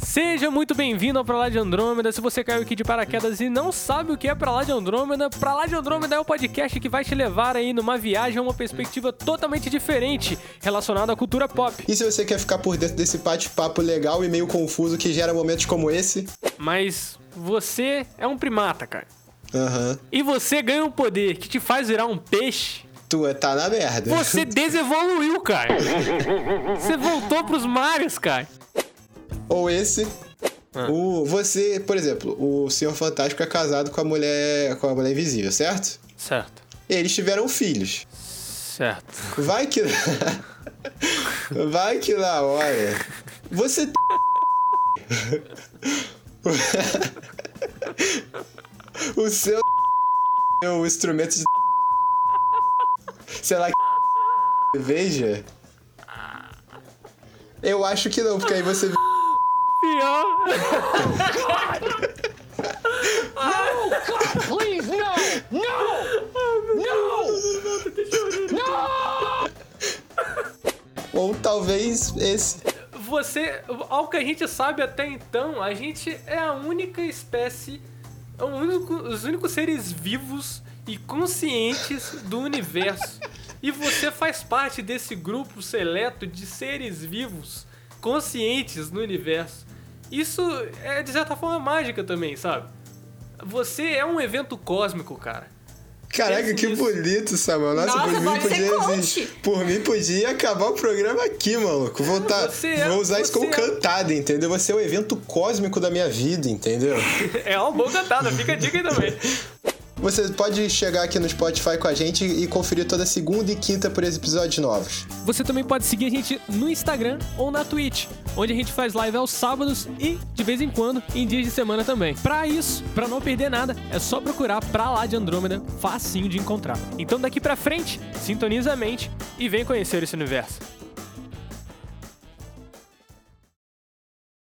Seja muito bem-vindo ao Pra Lá de Andrômeda. Se você caiu aqui de paraquedas e não sabe o que é Pra Lá de Andrômeda, Pra Lá de Andrômeda é o podcast que vai te levar aí numa viagem a uma perspectiva totalmente diferente relacionada à cultura pop. E se você quer ficar por dentro desse bate-papo legal e meio confuso que gera momentos como esse? Mas você é um primata, cara. Aham. E você ganha um poder que te faz virar um peixe. Tu tá na merda. Você desevoluiu, cara. Você voltou pros mares, cara. Ou esse... Você, por exemplo, o Senhor Fantástico é casado com a mulher invisível, certo? Certo. Eles tiveram filhos. Certo. Vai que na hora você o seu o instrumento de sei lá veja. Eu acho que não, porque aí você Pior. No! God, please, no! No! No! No! ou talvez esse. Você, ao que a gente sabe até então, a gente é a única espécie, os únicos seres vivos e conscientes do universo. E você faz parte desse grupo seleto de seres vivos conscientes no universo. Isso é, de certa forma, mágica também, sabe? Você é um evento cósmico, cara. Caraca, que bonito, Samuel. Nossa, por mim pode ser coach. por mim podia acabar o programa aqui, maluco. Vou usar isso como cantada, entendeu? Você é o evento cósmico da minha vida, entendeu? É uma boa cantada, fica a dica aí também. Você pode chegar aqui no Spotify com a gente e conferir toda segunda e quinta por episódios novos. Você também pode seguir a gente no Instagram ou na Twitch, onde a gente faz live aos sábados e, de vez em quando, em dias de semana também. Pra isso, pra não perder nada, é só procurar Pra Lá de Andrômeda, facinho de encontrar. Então daqui pra frente, sintoniza a mente e vem conhecer esse universo.